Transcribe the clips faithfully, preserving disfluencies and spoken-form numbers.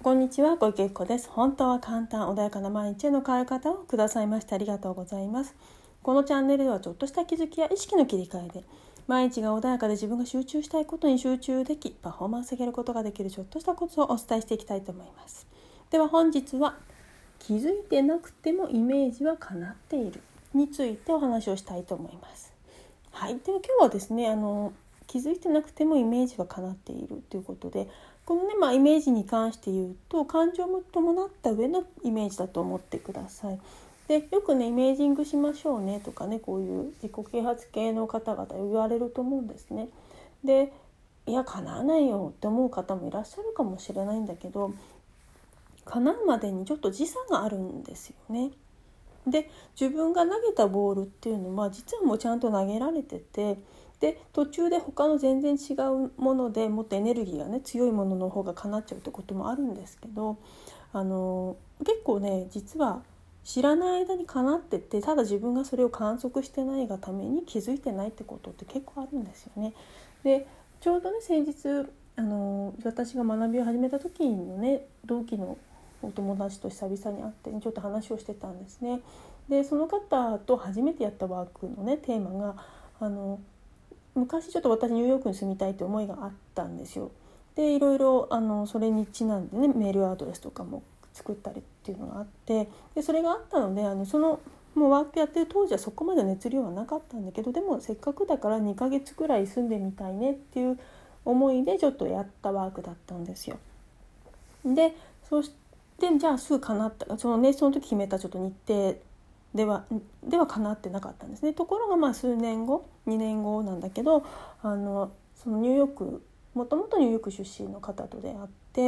こんにちは、小池由子です。本当は簡単、穏やかな毎日への変え方をくださいましてありがとうございます。このチャンネルではちょっとした気づきや意識の切り替えで毎日が穏やかで自分が集中したいことに集中でき、パフォーマンス上げることができるちょっとしたコツをお伝えしていきたいと思います。では本日は、気づいてなくてもイメージは叶っているについてお話をしたいと思います。はい、では今日はですね、あの気づいてなくてもイメージは叶っているということで、このね、まあ、イメージに関して言うと、感情も伴った上のイメージだと思ってください。でよくね、イメージングしましょうねとかね、こういう自己啓発系の方々言われると思うんですね。でいや叶わないよって思う方もいらっしゃるかもしれないんだけど、叶うまでにちょっと時差があるんですよね。で自分が投げたボールっていうのは実はもうちゃんと投げられてて、で途中で他の全然違うものでもっとエネルギーがね強いものの方が叶っちゃうってこともあるんですけど、あの結構ね実は知らない間に叶ってて、ただ自分がそれを観測してないがために気づいてないってことって結構あるんですよね。でちょうどね先日あの私が学びを始めた時のね同期のお友達と久々に会ってちょっと話をしてたんですね。でその方と初めてやったワークのねテーマが、あの昔ちょっと私ニューヨークに住みたいという思いがあったんですよ。でいろいろあのそれにちなんでねメールアドレスとかも作ったりっていうのがあって、でそれがあったので、あのそのもうワークやってる当時はそこまで熱量はなかったんだけど、でもせっかくだからにかげつくらい住んでみたいねっていう思いでちょっとやったワークだったんですよ。でそしてでじゃあすぐ叶った、そのねその時決めたちょっと日程ではでは叶ってなかったんですね。ところがまあ数年後にねんごなんだけど、あのそのニューヨークもともとニューヨーク出身の方と出会って、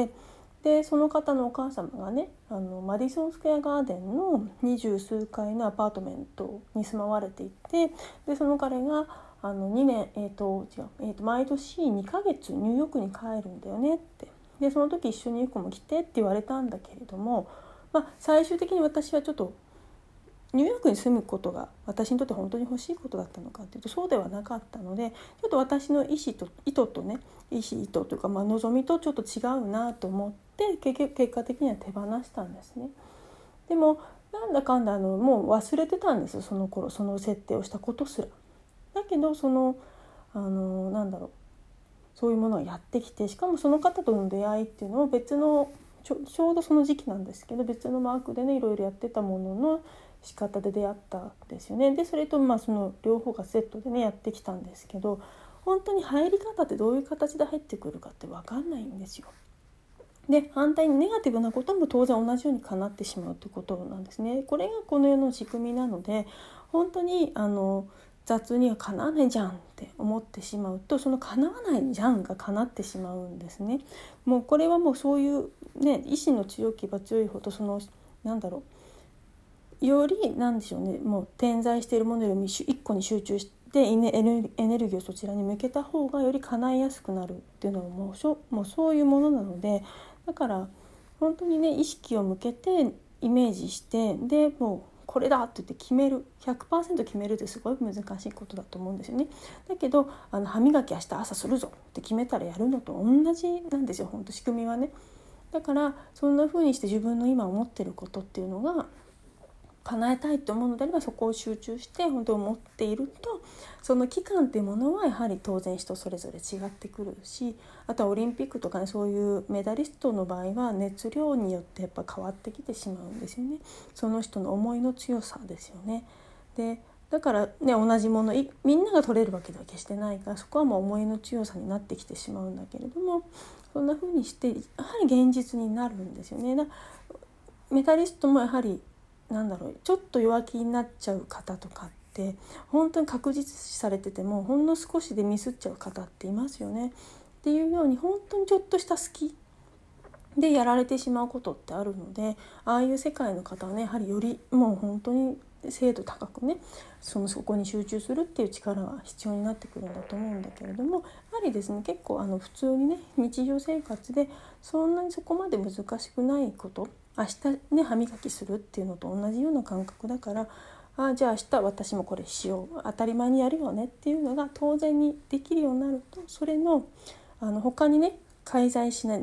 でその方のお母様がねあのマディソンスクエアガーデンの二十数階のアパートメントに住まわれていて、でその彼があのにねん、えーと違うえーと毎年にかげつニューヨークに帰るんだよねって。でその時一緒にゆこも来てって言われたんだけれども、まあ、最終的に私はちょっとニューヨークに住むことが私にとって本当に欲しいことだったのかというとそうではなかったので、ちょっと私の意思と意図とね意思意図というか、まあ、望みとちょっと違うなと思って結果的には手放したんですね。でもなんだかんだあのもう忘れてたんですよ、その頃その設定をしたことすら。だけどそのあのなんだろうそういうものをやってきて、しかもその方との出会いっていうのを別のち ょ, ちょうどその時期なんですけど、別のマークでねいろいろやってたものの仕方で出会ったんですよね。でそれとまあその両方がセットでねやってきたんですけど、本当に入り方ってどういう形で入ってくるかって分かんないんですよ。で反対にネガティブなことも当然同じように叶ってしまうということなんですね。これがこの世の仕組みなので、本当にあの雑には叶わないじゃんって思ってしまうと、その叶わないじゃんが叶ってしまうんですね。もうこれはもうそういうね意志の強ければ強いほど、そのなんだろうよりなんでしょうね、もう点在しているものよりも一個に集中してエネルギーをそちらに向けた方がより叶いやすくなるっていうのはもうしょもうそういうものなので、だから本当にね意識を向けてイメージして、でもうこれだって言って決める ひゃくパーセント 決めるってすごい難しいことだと思うんですよね。だけどあの歯磨き明日朝するぞって決めたらやるのと同じなんですよ、本当仕組みはね。だからそんな風にして自分の今思ってることっていうのが叶えたいと思うのであれば、そこを集中して本当に思っていると、その期間っていうものはやはり当然人それぞれ違ってくるし、あとはオリンピックとかねそういうメダリストの場合は熱量によってやっぱ変わってきてしまうんですよね。その人の思いの強さですよね。でだからね同じものみんなが取れるわけでは決してないから、そこはもう思いの強さになってきてしまうんだけれども、そんな風にしてやはり現実になるんですよね。だメダリストもやはりなんだろうちょっと弱気になっちゃう方とかって本当に確実視されててもほんの少しでミスっちゃう方っていますよね。っていうように本当にちょっとした隙でやられてしまうことってあるので、ああいう世界の方はねやはりよりもう本当に精度高くねそのそこに集中するっていう力が必要になってくるんだと思うんだけれども、やはりですね結構あの普通にね日常生活でそんなにそこまで難しくないこと、明日ね歯磨きするっていうのと同じような感覚だから、あじゃあ明日私もこれしよう当たり前にやるよねっていうのが当然にできるようになると、それのあの他にね介在しないんで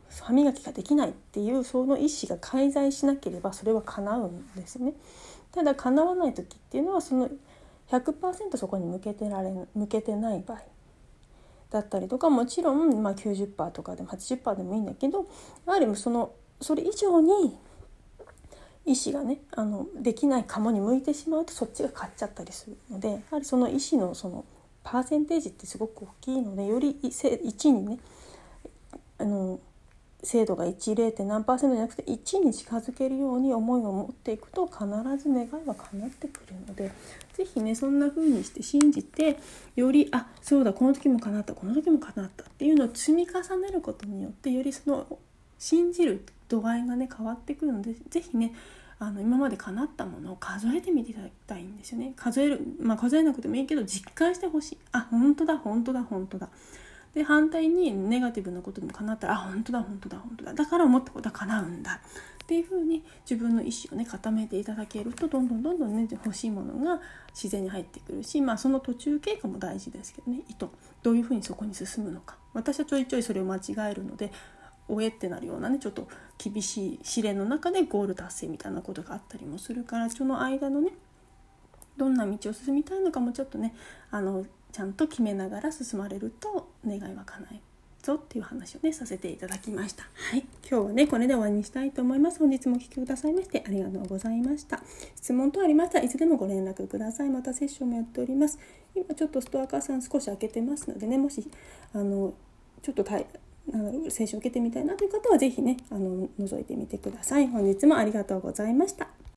歯磨きができないっていうその意思が介在しなければそれは叶うんですね。ただ叶わない時っていうのはその ひゃくパーセント そこに向けてられ向けてない場合だったりとか、もちろん、まあ、きゅうじゅっパーセント とかでも はちじゅっパーセント でもいいんだけど、やはりそのそれ以上に意思がねあのできないかもに向いてしまうとそっちが勝っちゃったりするので、やはりその意思のそのパーセンテージってすごく大きいので、よりいちにねあの精度がいち、れい. 何パーセントじゃなくていちに近づけるように思いを持っていくと必ず願いは叶ってくるので、ぜひねそんな風にして信じて、よりあそうだこの時も叶ったこの時も叶ったっていうのを積み重ねることによって、よりその信じる度合いがね変わってくるので、ぜひねあの今まで叶ったものを数えてみていただきたいんですよね。数える、まあ数えなくてもいいけど実感してほしい。あ本当だ本当だ本当だ。で反対にネガティブなことでも叶ったら、あ本当だ本当だ本当だだから思ったことは叶うんだっていう風に自分の意思をね固めていただけると、どんどんどんどんね欲しいものが自然に入ってくるし、まあその途中経過も大事ですけどね、意図どういう風にそこに進むのか。私はちょいちょいそれを間違えるので、おえってなるようなねちょっと厳しい試練の中でゴール達成みたいなことがあったりもするから、その間のねどんな道を進みたいのかもちょっとねあのちゃんと決めながら進まれると願いは叶えぞっていう話をねさせていただきました。はい、今日はねこれで終わりにしたいと思います。本日もお聞きくださいましてありがとうございました。質問等ありましたらいつでもご連絡ください。またセッションもやっております。今ちょっとストアカーさん少し開けてますのでね、もしあのちょっと大あのセッション受けてみたいなという方はぜひねあの覗いてみてください。本日もありがとうございました。